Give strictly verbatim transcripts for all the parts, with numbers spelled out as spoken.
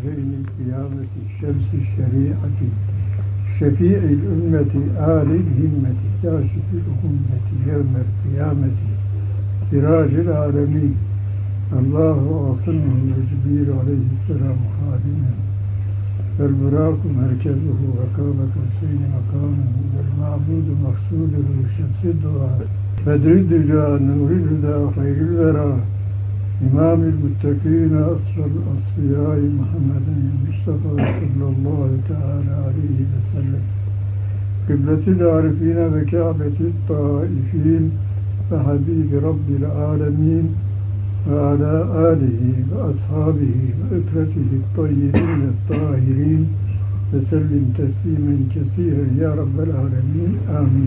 Heyni kıyameti şemsi şeriatı şefi'il ümmeti âlil himmeti kâşifil ümmeti yevmel kıyameti siracil âlemin Allahu asımın ve Cibril aleyhisselam hadimen vel bıraku merkezuhu ve kâbe kavseyni makâmuhu vel ma'budu maksuduhu şemsi dua bedri düca nuril hüda hayril vera İmam-ül Muttakîne asrul asfiyâi Muhammeden Mustafa sallallahu teâlâ aleyhi ve sellem kıbletil arifîne ve kâbetil taifîn ve habibi rabbil âlemîn ve alâ âlihi ve ashâbihi ve ütretihi tayyibin ve tahirin ve sellim teslimen kesiren ya rabbel âlemîn. Amin.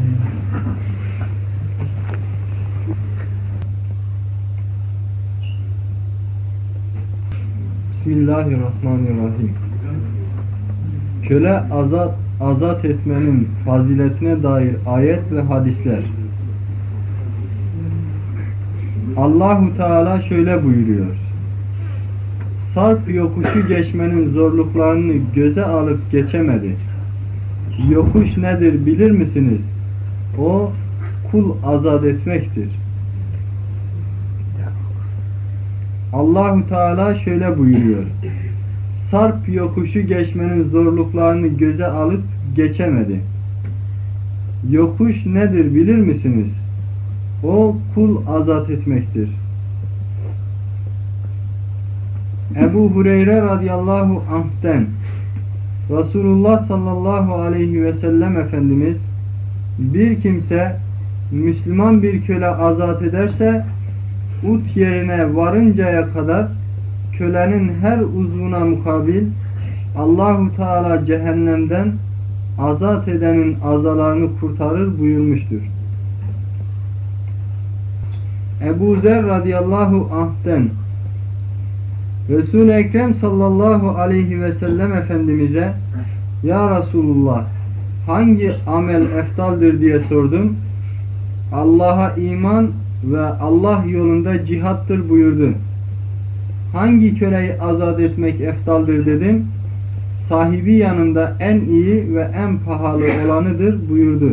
Bismillahirrahmanirrahim. Köle azat azat etmenin faziletine dair ayet ve hadisler. Allahu Teala şöyle buyuruyor: Sarp yokuşu geçmenin zorluklarını göze alıp geçemedi. Yokuş nedir bilir misiniz? O kul azat etmektir. Allahu Teala şöyle buyuruyor: Sarp yokuşu geçmenin zorluklarını göze alıp geçemedi. Yokuş nedir bilir misiniz? O kul azat etmektir. Ebu Hureyre radıyallahu anh'ten Resulullah sallallahu aleyhi ve sellem Efendimiz, bir kimse Müslüman bir köle azat ederse ut yerine varıncaya kadar kölenin her uzvuna mukabil Allahu Teala cehennemden azat edenin azalarını kurtarır buyurmuştur. Ebu Zer radıyallahu anh'ten Resul-i Ekrem sallallahu aleyhi ve sellem Efendimiz'e Ya Resulullah, hangi amel eftaldir diye sordum. Allah'a iman ve Allah yolunda cihattır buyurdu. Hangi köleyi azat etmek eftaldir dedim. Sahibi yanında en iyi ve en pahalı olanıdır buyurdu.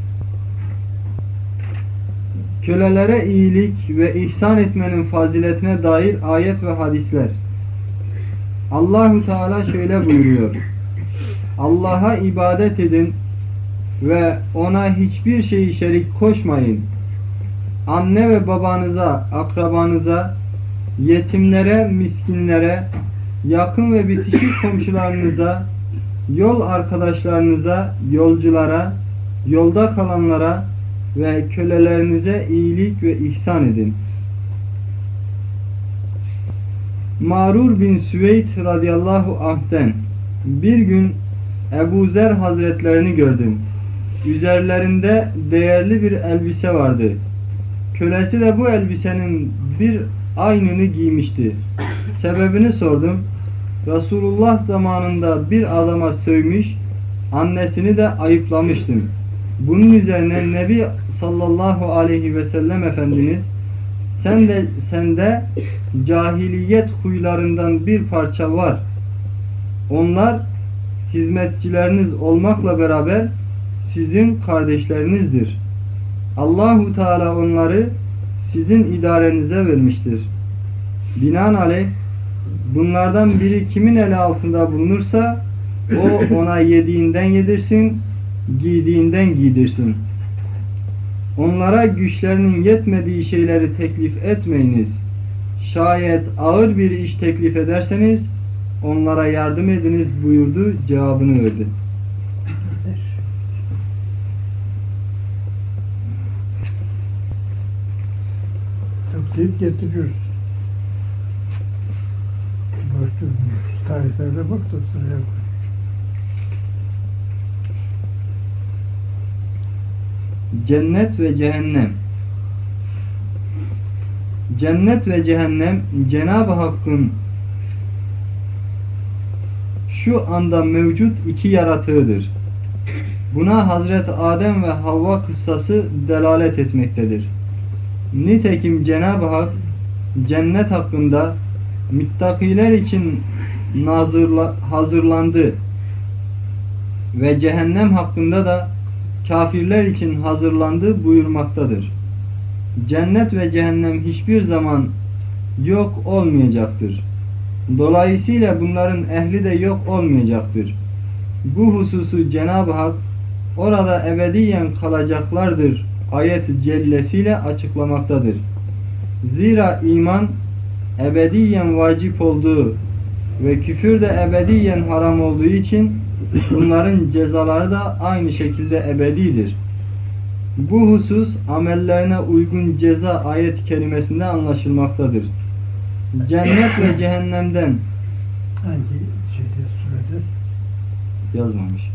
Kölelere iyilik ve ihsan etmenin faziletine dair ayet ve hadisler. Allahu Teala şöyle buyuruyor: Allah'a ibadet edin ve ona hiçbir şeyi şerik koşmayın. Anne ve babanıza, akrabanıza, yetimlere, miskinlere, yakın ve bitişik komşularınıza, yol arkadaşlarınıza, yolculara, yolda kalanlara ve kölelerinize iyilik ve ihsan edin. Mağrur bin Süveyd radıyallahu anh'ten bir gün Ebu Zer hazretlerini gördüm. Üzerlerinde değerli bir elbise vardı. Kölesi de bu elbisenin bir aynını giymişti. Sebebini sordum. Resulullah zamanında bir adama sövmüş, annesini de ayıplamıştım. Bunun üzerine Nebi sallallahu aleyhi ve sellem Efendimiz, sen de sende cahiliyet huylarından bir parça var. Onlar hizmetçileriniz olmakla beraber sizin kardeşlerinizdir. Allahu Teala onları sizin idarenize vermiştir. Binaenaleyh bunlardan biri kimin eli altında bulunursa o ona yediğinden yedirsin, giydiğinden giydirsin. Onlara güçlerinin yetmediği şeyleri teklif etmeyiniz. Şayet ağır bir iş teklif ederseniz onlara yardım ediniz buyurdu, cevabını verdi. Toplayıp getiriyoruz. Bakıyoruz. Tariflere bak da sıraya koy. Cennet ve cehennem. Cennet ve cehennem Cenab-ı Hakk'ın şu anda mevcut iki yaratığıdır. Buna Hazreti Adem ve Havva kıssası delalet etmektedir. Nitekim Cenab-ı Hak cennet hakkında müttakiler için nazırla, hazırlandı ve cehennem hakkında da kafirler için hazırlandı buyurmaktadır. Cennet ve cehennem hiçbir zaman yok olmayacaktır. Dolayısıyla bunların ehli de yok olmayacaktır. Bu hususu Cenab-ı Hak orada ebediyen kalacaklardır ayet-i cellesiyle açıklamaktadır. Zira iman ebediyen vacip olduğu ve küfür de ebediyen haram olduğu için bunların cezaları da aynı şekilde ebedidir. Bu husus amellerine uygun ceza ayet-i kerimesinde anlaşılmaktadır. Cennet ve cehennemden Hangi şeyde sürede? yazmamış.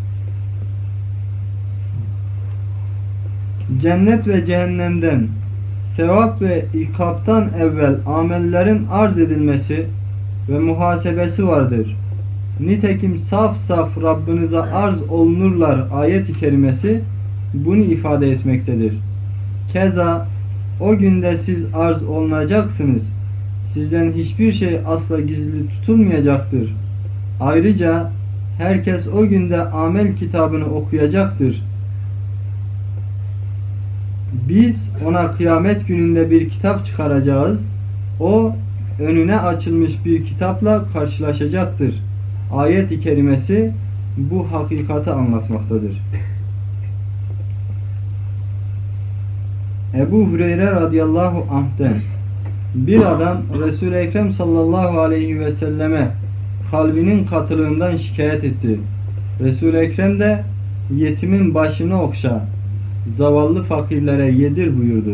Cennet ve cehennemden, sevap ve ikaptan evvel amellerin arz edilmesi ve muhasebesi vardır. Nitekim saf saf Rabbinize arz olunurlar ayet-i kerimesi bunu ifade etmektedir. Keza o günde siz arz olunacaksınız. Sizden hiçbir şey asla gizli tutulmayacaktır. Ayrıca herkes o günde amel kitabını okuyacaktır. Biz ona kıyamet gününde bir kitap çıkaracağız. O önüne açılmış bir kitapla karşılaşacaktır. Ayet-i kerimesi bu hakikati anlatmaktadır. Ebu Hureyre radıyallahu anh'ten bir adam Resul-i Ekrem sallallahu aleyhi ve selleme kalbinin katılığından şikayet etti. Resul-i Ekrem de yetimin başını okşa, zavallı fakirlere yedir buyurdu.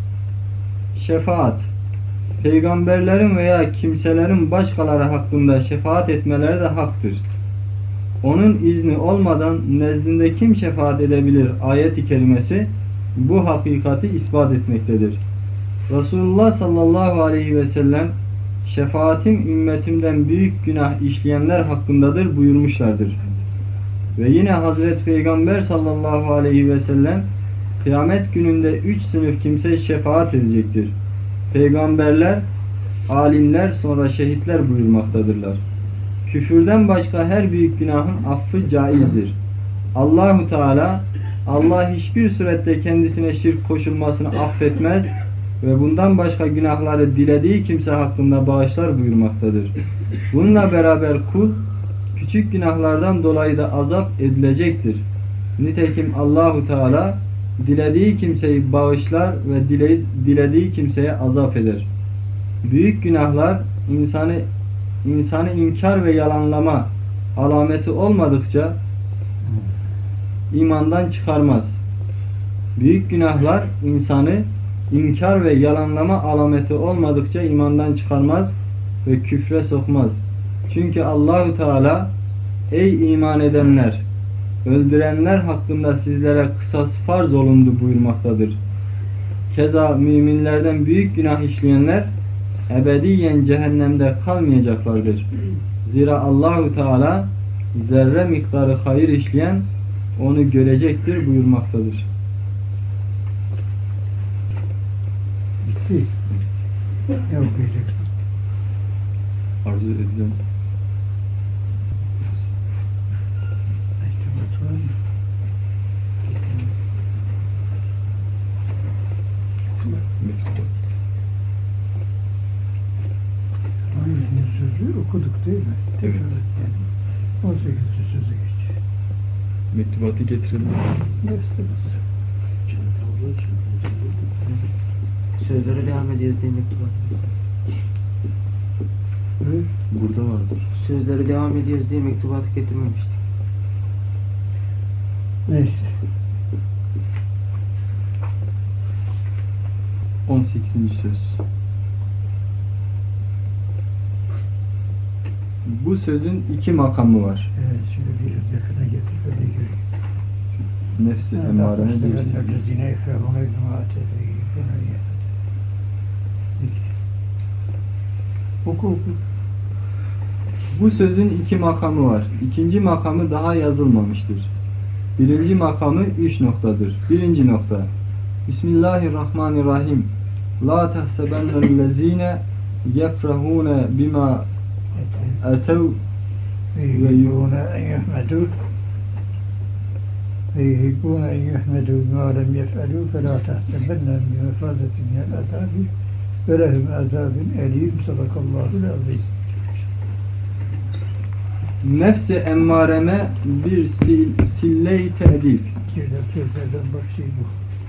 Şefaat, peygamberlerin veya kimselerin başkaları hakkında şefaat etmeleri de haktır. Onun izni olmadan nezdinde kim şefaat edebilir ayet-i kerimesi bu hakikati ispat etmektedir. Resulullah sallallahu aleyhi ve sellem şefaatim ümmetimden büyük günah işleyenler hakkındadır buyurmuşlardır. Ve yine Hazreti Peygamber sallallahu aleyhi ve sellem kıyamet gününde üç sınıf kimse şefaat edecektir. Peygamberler, alimler, sonra şehitler buyurmaktadırlar. Küfürden başka her büyük günahın affı caizdir. Allahu Teala Allah hiçbir surette kendisine şirk koşulmasını affetmez ve bundan başka günahları dilediği kimse hakkında bağışlar buyurmaktadır. Bununla beraber kul küçük günahlardan dolayı da azap edilecektir. Nitekim Allahu Teala dilediği kimseyi bağışlar ve dile, dilediği kimseye azap eder. Büyük günahlar insanı insanı inkar ve yalanlama alameti olmadıkça imandan çıkarmaz. Büyük günahlar insanı inkar ve yalanlama alameti olmadıkça imandan çıkarmaz ve küfre sokmaz. Çünkü Allahu Teala ey iman edenler, öldürenler hakkında sizlere kısas farz olundu buyurmaktadır. Keza müminlerden büyük günah işleyenler ebediyen cehennemde kalmayacaklardır. Zira Allahu Teala zerre miktarı hayır işleyen onu görecektir buyurmaktadır. Bitti. Ne okuyacaksın? Arzu edilen Mektubat var mı? mektubat. on yedinci sözü okuduk değil mi? Evet. Yani on sekizinci söze geç. Mektubatı getirelim. Nefsi Sözlere devam ediyoruz diye mektup atıyoruz. Evet. Burada vardır. Sözlere devam ediyoruz diye mektubatı getirmemiştik. Neyse. on sekizinci söz. Bu sözün iki makamı var. Evet, şöyle bir yakına getir ve de göreyim. Nefsi emarene diyorsun. Zine efrahuna cemaate Oku oku. Bu sözün iki makamı var. İkinci makamı daha yazılmamıştır. Birinci makamı üç noktadır. Birinci nokta. Bismillahirrahmanirrahim. La tehsebennellezine yefrahune bima etev يحبون أن يحمدوا يحبون أن يحمدوا بما لم يفعلوا فلا تحسبنهم بمفازة من العذاب ولهم عذاب أليم صدق الله العظيم. nefsi emmareme bir sil, sille-i tedip. Kirler sözlerden bak şey bu.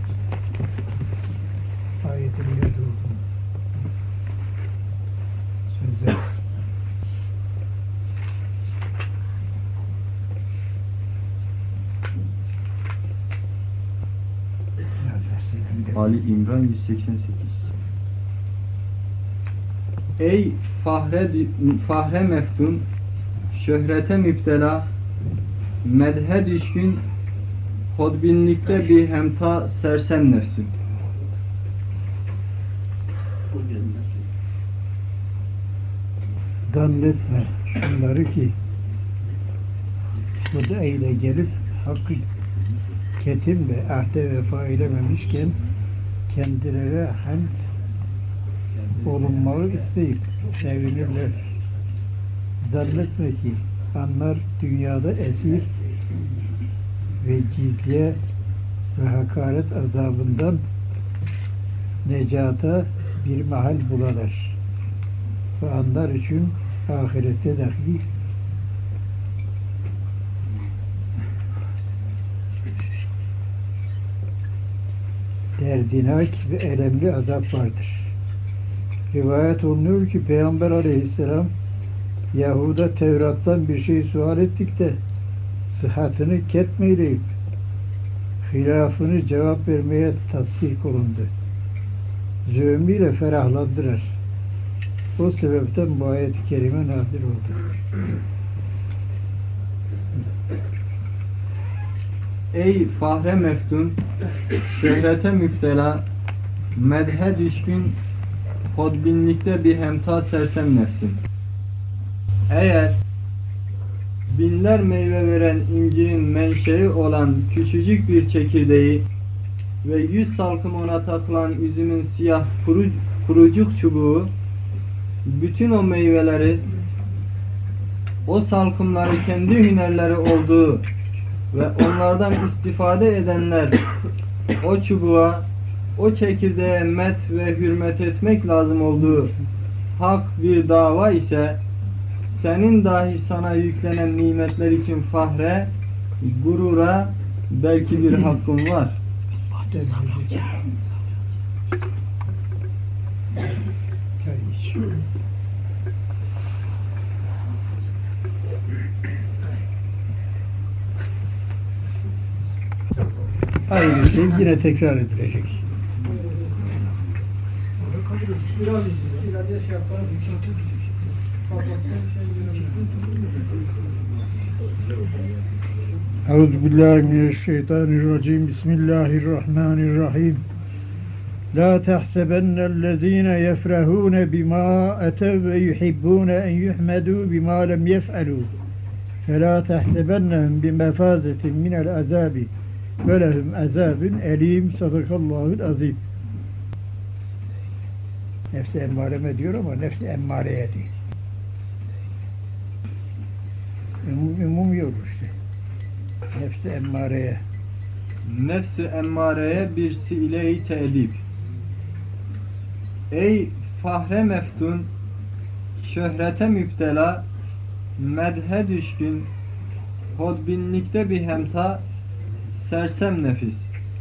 Ayetin ile doğru. Sözler. Ali İmran yüz seksen sekiz. Ey fahre, fahre meftun, şöhrete müptela, medhe düşkün, hodbinlikte bir hemta sersem nefsim. Zannetme şunları ki bu da eyle gelip hakkı ketim ve ahde vefa eylememişken kendilerine hamd olunmağı isteyip sevinirler. Zannetme ki onlar dünyada esir ve cizye ve hakaret azabından necata bir mahal bularlar. Ve onlar için ahirette dahi derdinak ve elemli azap vardır. Rivayet olunuyor ki Peygamber aleyhisselam Yahuda Tevrat'tan bir şey sual ettik de sıhhatını ketmeyleyip hilafını cevap vermeye tasdik olundu. Zövmiyle ferahlandılar. O sebepten bu ayet-i kerime nazil oldu. Ey fahre meftun, şöhrete müptela, medhe düşkün, hodbinlikte bir hemta sersem nefsin. Eğer binler meyve veren incirin menşei olan küçücük bir çekirdeği ve yüz salkım ona takılan üzümün siyah kuru, kurucuk çubuğu bütün o meyveleri, o salkımları kendi hünerleri olduğu ve onlardan istifade edenler o çubuğa, o çekirdeğe met ve hürmet etmek lazım olduğu hak bir dava ise senin dahi sana yüklenen nimetler için fahre, gurura belki bir hakkın var. Aynı şey yine tekrar edilecek. Euzubillahimineşşeytanirracim. Bismillahirrahmanirrahim. La tahsebennellezine yefrahune bima etev ve yuhibbune en yuhmedu bima lem yef'alu. Fela tahsebennehum bimefazetin minel azabi ve lehum azabun elim. Sadakallahul azim. Nefsi emmareme diyor ama nefsi emmareye değil. Umum, umum yok işte. Nefsi emmareye. Nefsi emmareye bir sile-i tedip. Ey fahre meftun, şöhrete müptela, medhe düşkün, hodbinlikte bir hemta, sersem nefis.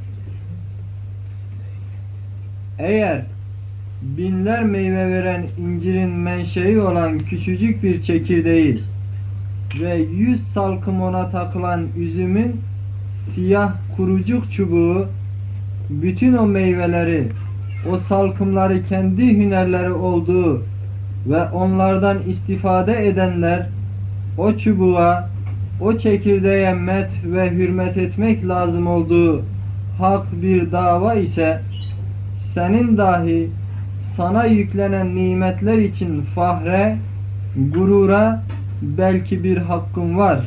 Eğer binler meyve veren incirin menşei olan küçücük bir çekirdeği ve yüz salkım ona takılan üzümün siyah kurucuk çubuğu bütün o meyveleri, o salkımları kendi hünerleri olduğu ve onlardan istifade edenler o çubuğa, o çekirdeğe met ve hürmet etmek lazım olduğu hak bir dava ise senin dahi sana yüklenen nimetler için fahre, gurura belki bir hakkın var.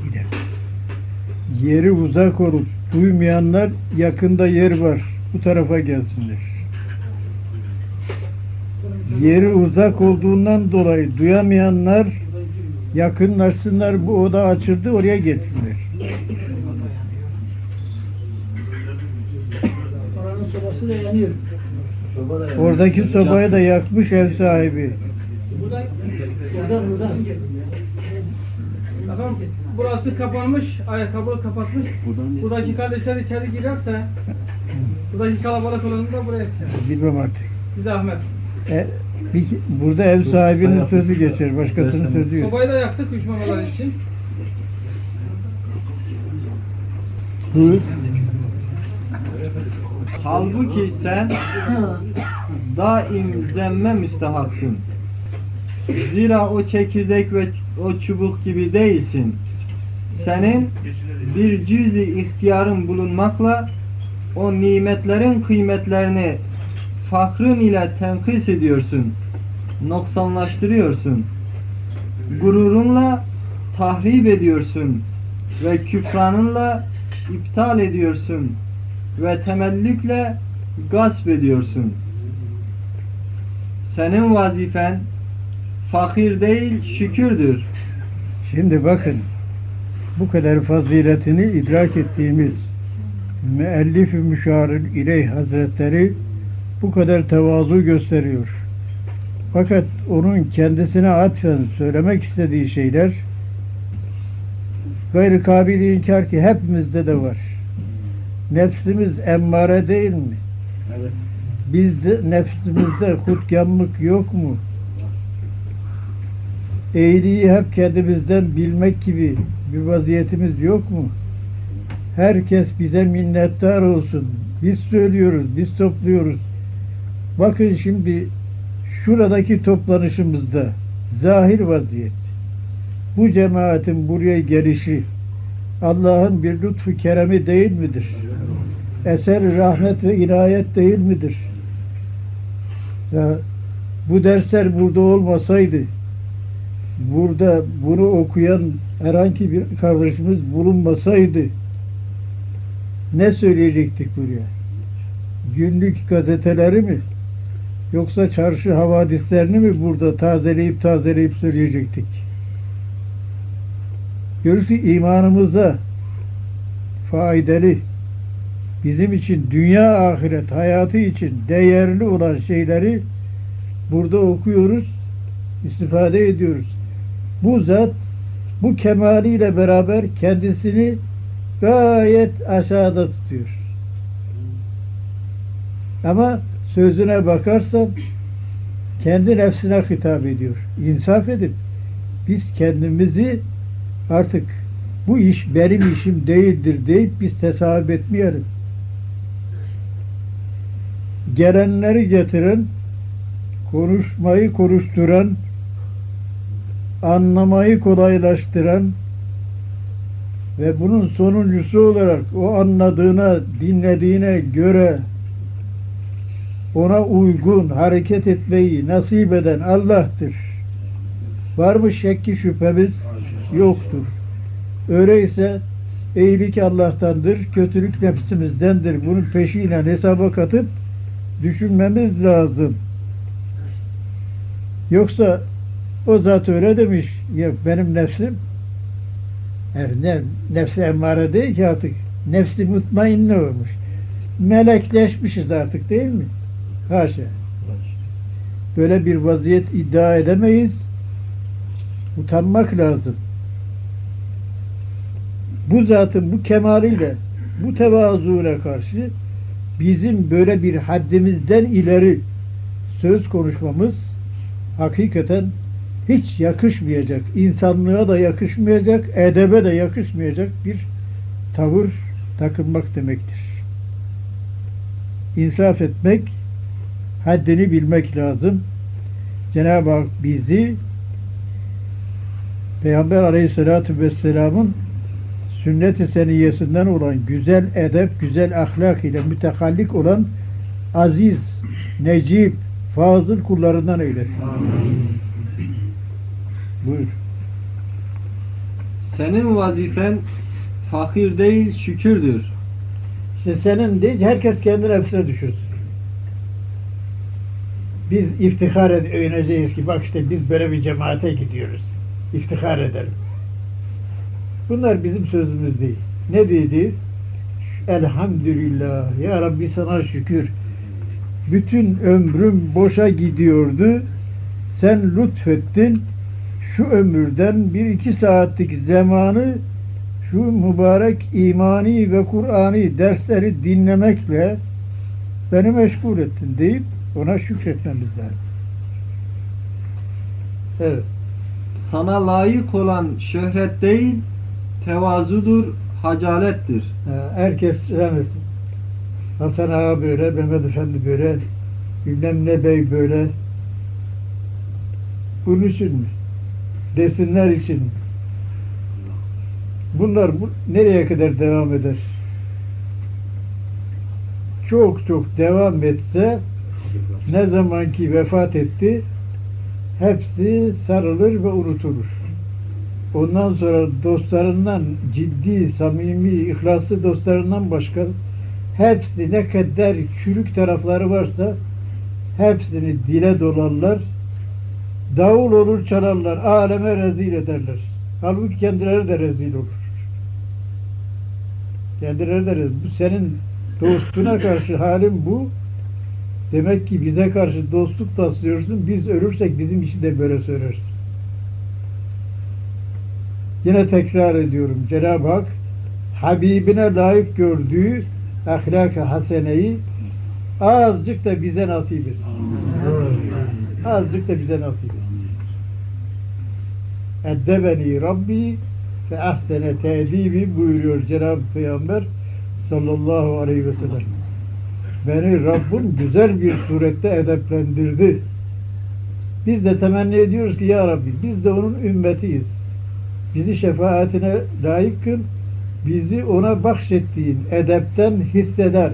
Yeri uzak olup duymayanlar yakında yer var. Bu tarafa gelsinler. Yeri uzak olduğundan dolayı duyamayanlar yakınlaşsınlar, bu oda açıldı, oraya geçsinler. Oranın sobası da yanıyor. Oradaki sobayı da yakmış ev sahibi. Buradan, buradan, buradan. Efendim, burası kapanmış, ayakkabı kapatmış. Buradaki kardeşler içeri girerse, buradaki kalabalık olanı da buraya içer. Bilmem artık. Bir zahmet. E, bir, burada ev sahibinin sözü geçer, başkasının sözü yok. Sobayı da yaktık düşmamalar için. Buyur. Halbuki sen daim zemme müstehaksın. Zira o çekirdek ve o çubuk gibi değilsin. Senin bir cüz-i ihtiyarın bulunmakla o nimetlerin kıymetlerini fakrın ile tenkis ediyorsun, noksanlaştırıyorsun. Gururunla tahrip ediyorsun ve küfranınla iptal ediyorsun ve temellükle gasp ediyorsun. Senin vazifen fakir değil şükürdür. Şimdi bakın, bu kadar faziletini idrak ettiğimiz müellif-i müşaril ileyh hazretleri bu kadar tevazu gösteriyor. Fakat onun kendisine atfen söylemek istediği şeyler gayrı kabili inkar ki hepimizde de var. Nefsimiz emmare değil mi? Evet. Bizde nefsimizde hutkamlık yok mu? İyiliği hep kendimizden bilmek gibi bir vaziyetimiz yok mu? Herkes bize minnettar olsun. Biz söylüyoruz, biz topluyoruz. Bakın şimdi şuradaki toplanışımızda zahir vaziyet. Bu cemaatin buraya gelişi Allah'ın bir lütfu keremi değil midir? Eser rahmet ve inayet değil midir? Ya, bu dersler burada olmasaydı, burada bunu okuyan herhangi bir kardeşimiz bulunmasaydı ne söyleyecektik buraya? Günlük gazeteleri mi? Yoksa çarşı havadislerini mi burada tazeleyip tazeleyip söyleyecektik? Görürsün imanımıza faydalı, bizim için dünya ahiret hayatı için değerli olan şeyleri burada okuyoruz, istifade ediyoruz. Bu zat bu kemaliyle beraber kendisini gayet aşağıda tutuyor. Ama sözüne bakarsan kendi nefsine hitap ediyor. İnsaf edin. Biz kendimizi artık bu iş benim işim değildir deyip biz tesahüp etmeyelim. Gelenleri getiren, konuşmayı konuşturan, anlamayı kolaylaştıran ve bunun sonuncusu olarak o anladığına, dinlediğine göre ona uygun hareket etmeyi nasip eden Allah'tır. Var mı şekki şüphemiz? Yoktur. Öyleyse iyilik Allah'tandır, kötülük nefsimizdendir. Bunun peşiyle hesaba katıp düşünmemiz lazım. Yoksa o zat öyle demiş, ya benim nefsim yani ne, nefsi emmare değil ki artık, nefsi mutmainne olmuş. Melekleşmişiz artık değil mi? Haşa. Böyle bir vaziyet iddia edemeyiz. Utanmak lazım. Bu zatın bu kemaliyle, bu tevazuuna karşı bizim böyle bir haddimizden ileri söz konuşmamız hakikaten hiç yakışmayacak, insanlığa da yakışmayacak, edebe de yakışmayacak bir tavır takınmak demektir. İnsaf etmek, haddini bilmek lazım. Cenab-ı Hak bizi Peygamber Aleyhisselatü Vesselam'ın sünnet-i seniyyesinden olan güzel edep, güzel ahlak ile mütehallik olan aziz, necip, fazıl kullarından eylesin. Buyur. Senin vazifen fakir değil şükürdür. İşte senin değil, herkes kendi nefsine düşürsün. biz iftihar edeceğiz ki bak işte biz böyle bir cemaate gidiyoruz. İftihar edelim. Bunlar bizim sözümüz değil. Ne diyeceğiz? Elhamdülillah. Ya Rabbi sana şükür. Bütün ömrüm boşa gidiyordu. Sen lütfettin. Şu ömürden bir iki saatlik zamanı şu mübarek imani ve Kur'ani dersleri dinlemekle beni meşgul ettin deyip ona şükretmemiz lazım. Evet. Sana layık olan şöhret değil, tevazudur, hacalettir. Ha, herkes remesin. Hasan Ağa böyle, Mehmet Efendi böyle, bilmem ne bey böyle. Bunun için mi? Desinler için mi? Bunlar bu, nereye kadar devam eder? Çok çok devam etse ne zaman ki vefat etti hepsi sarılır ve unutulur. Ondan sonra dostlarından ciddi, samimi, ihlaslı dostlarından başka hepsi ne kadar çürük tarafları varsa hepsini dile dolarlar, davul olur çalarlar, aleme rezil ederler. Halbuki kendileri de rezil olur. Kendileri de rezil. Bu senin dostuna karşı halin bu. Demek ki bize karşı dostluk taslıyorsun. Biz ölürsek bizim için de böyle söylersin. Yine tekrar ediyorum. Cenab-ı Hak Habibine layık gördüğü ahlak-ı haseneyi azıcık da bize nasip etsin. Azıcık da bize nasip etsin. Eddebeni Rabbi ve ahsene te'dibi buyuruyor Cenab-ı Peygamber sallallahu aleyhi ve sellem. Beni Rabbim güzel bir surette edeplendirdi. Biz de temenni ediyoruz ki ya Rabbi biz de onun ümmetiyiz. Bizi şefaatine layık kıl. Bizi ona bahşettiğin edepten hisseder.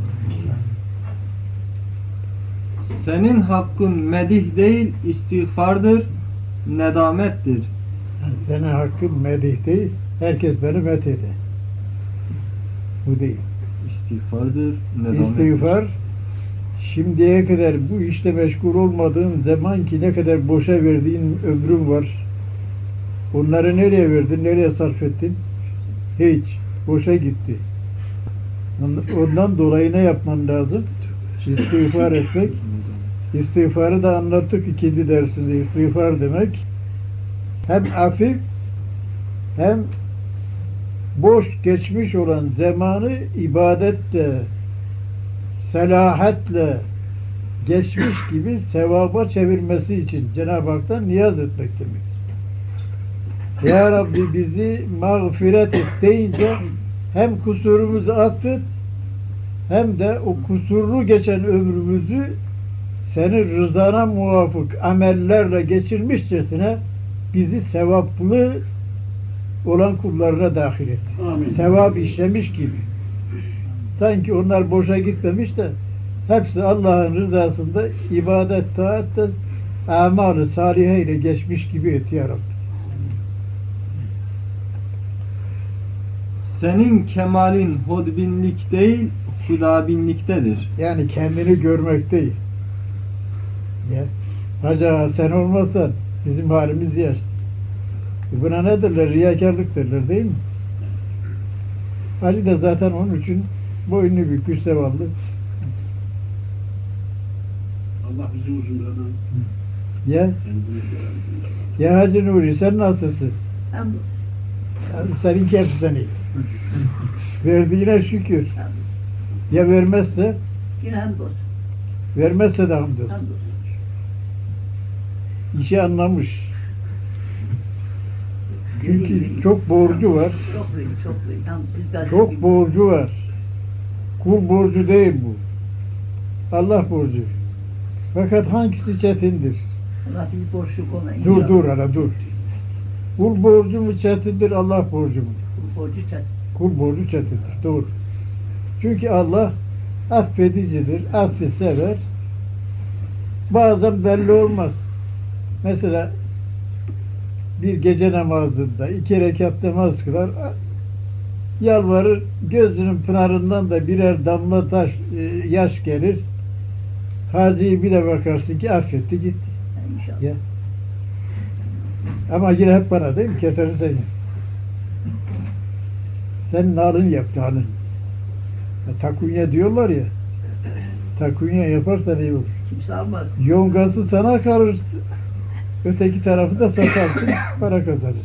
Senin hakkın medih değil, istiğfardır, nedamettir. Senin hakkın medih değil. Herkes beni metheder. Bu değil. İstiğfardır, nedamettir. İstiğfar şimdiye kadar bu işte meşgul olmadığın zaman ki ne kadar boşa verdiğin ömrün var. Onları nereye verdin? Nereye sarf ettin? Hiç. Boşa gitti. Ondan dolayı ne yapman lazım? İstiğfar etmek. İstiğfarı da anlattık ikinci dersinde. İstiğfar demek hem hafif hem boş geçmiş olan zamanı ibadetle, selahatle geçmiş gibi sevaba çevirmesi için Cenab-ı Hak'tan niyaz etmek demek. Ya Rabbi bizi mağfiret et deyince hem kusurumuzu affet hem de o kusurlu geçen ömrümüzü senin rızana muvafık amellerle geçirmişçesine bizi sevaplı olan kullarına dahil et. Amin. Sevap işlemiş gibi. Sanki onlar boşa gitmemiş de hepsi Allah'ın rızasında ibadet, taatte, amal-ı salihe ile geçmiş gibi et ya Rabbi. Senin kemalin hodbinlik değil, hudabinliktedir. Yani kendini görmek değil. Ya, Hacı ağa sen olmasan bizim halimiz yaş. E buna ne derler? Riyakarlık derler değil mi? Ali de zaten onun için boynunu bükmüş sevallı. Allah bizi uzun ömür. Ya, ya Hacı Nuri sen nasılsın? Yani senin kendisinden iyi. Verdiğine şükür. Ya vermezse? Yine hamdolsun. Vermezse de hamdolsun. Hamdolsun. İşi anlamış. Çünkü çok borcu var. Çok büyük, çok büyük. Tam biz Çok borcu var. Kul borcu değil bu. Allah borcu. Fakat hangisi çetindir? Allah bizi borçlu koymayın. Dur dur hala dur. Kul borcu mu çetindir, Allah borcu mu? Borcu çat. Kul borcu çetindir. Doğru. Çünkü Allah affedicidir, affi sever. Bazen belli olmaz. Mesela bir gece namazında iki rekat namaz kılar, yalvarır, gözünün pınarından da birer damla taş, e, yaş gelir. Hazi'yi bir de bakarsın ki affetti gitti. İnşallah. Ya. Ama yine hep bana değil mi? Keserini sen yap. Sen nalın yap, nalın. Ya, takunya diyorlar ya. Takunya yaparsan iyi olur. Kimse almaz. Yongası sana kalır. Öteki tarafı da satarsın, para kazanırsın.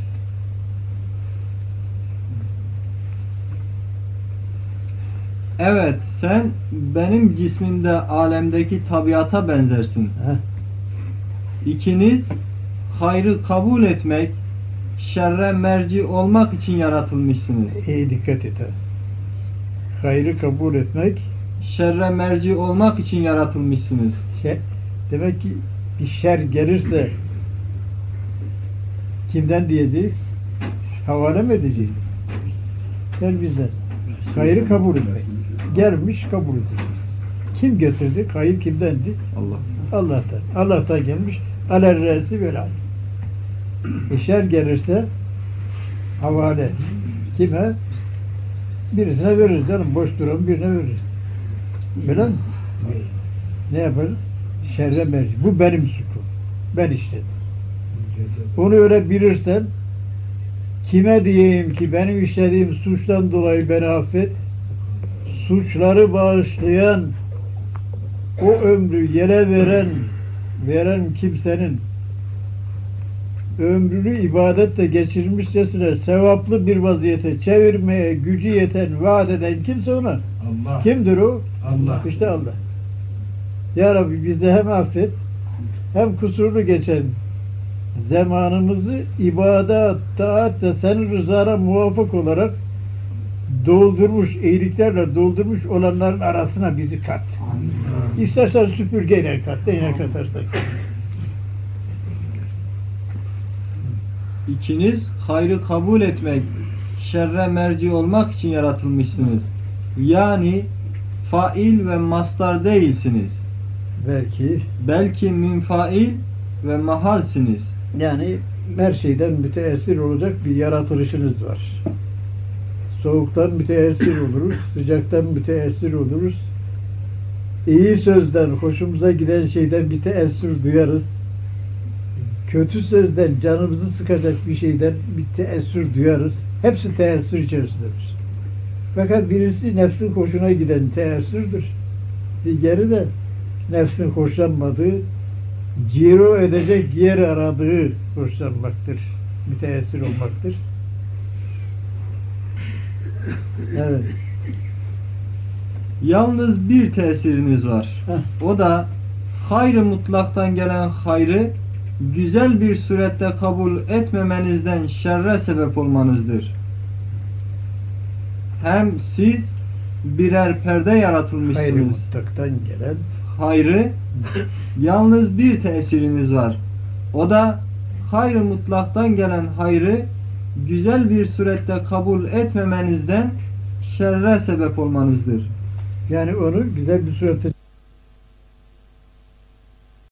Evet, sen benim cismimde alemdeki tabiata benzersin. Heh. İkiniz hayrı kabul etmek, şerre merci olmak için yaratılmışsınız. İyi dikkat et ha. Hayrı kabul etmek, Şerre merci olmak için yaratılmışsınız. şey, demek ki bir şer gelirse kimden diyeceğiz? Havale mi edeceğiz? Gel bizden. Hayrı kabul etmek. Gelmiş kabul edeceğiz. Kim getirdi? Hayır kimdendi? Allah. Allah'tan. Allah'tan gelmiş. Alerresi velâ. E şer gelirse havale. Kime? Birisine veririz canım. Boş duran birine veririz. Öyle mi? Ne yaparız? Şerre merci. Bu benim suçum. Ben işledim. Onu öyle bilirsen kime diyeyim ki benim işlediğim suçtan dolayı beni affet? Suçları bağışlayan, o ömrü yere veren veren kimsenin ömrünü ibadetle geçirmişçesine sevaplı bir vaziyete çevirmeye gücü yeten, vaat eden kimse ona. Allah. Kimdir o? Allah. İşte Allah. Ya Rabbi bizi hem affet, hem kusurlu geçen zamanımızı ibadet, taat ve senin rızana muvafık olarak doldurmuş, iyiliklerle doldurmuş olanların arasına bizi kat. İstersen süpürgeyle kat, neyine katarsan kat. İkiniz hayrı kabul etmek, şerre merci olmak için yaratılmışsınız. Yani fail ve mastar değilsiniz. Belki Belki minfail ve mahalsiniz. yani her şeyden müteessir olacak bir yaratılışınız var. Soğuktan müteessir oluruz, sıcaktan müteessir oluruz. İyi sözden, hoşumuza giden şeyden bir teessür duyarız. Kötü sözden, canımızı sıkacak bir şeyden bir teessür duyarız. Hepsi teessür içerisindedir. Fakat birisi nefsin hoşuna giden teessürdür. Diğeri de nefsin hoşlanmadığı, ciro edecek yer aradığı hoşlanmaktır. Müteessir olmaktır. Evet. Yalnız bir tesiriniz var. Heh. O da hayrı mutlaktan gelen hayrı güzel bir surette kabul etmemenizden şerre sebep olmanızdır. Hem siz birer perde Hayır yaratılmışsınız. mutlaktan gelen Hayrı yalnız bir tesiriniz var. O da hayrı mutlaktan gelen hayrı güzel bir surette kabul etmemenizden şerre sebep olmanızdır. yani onu güzel bir surette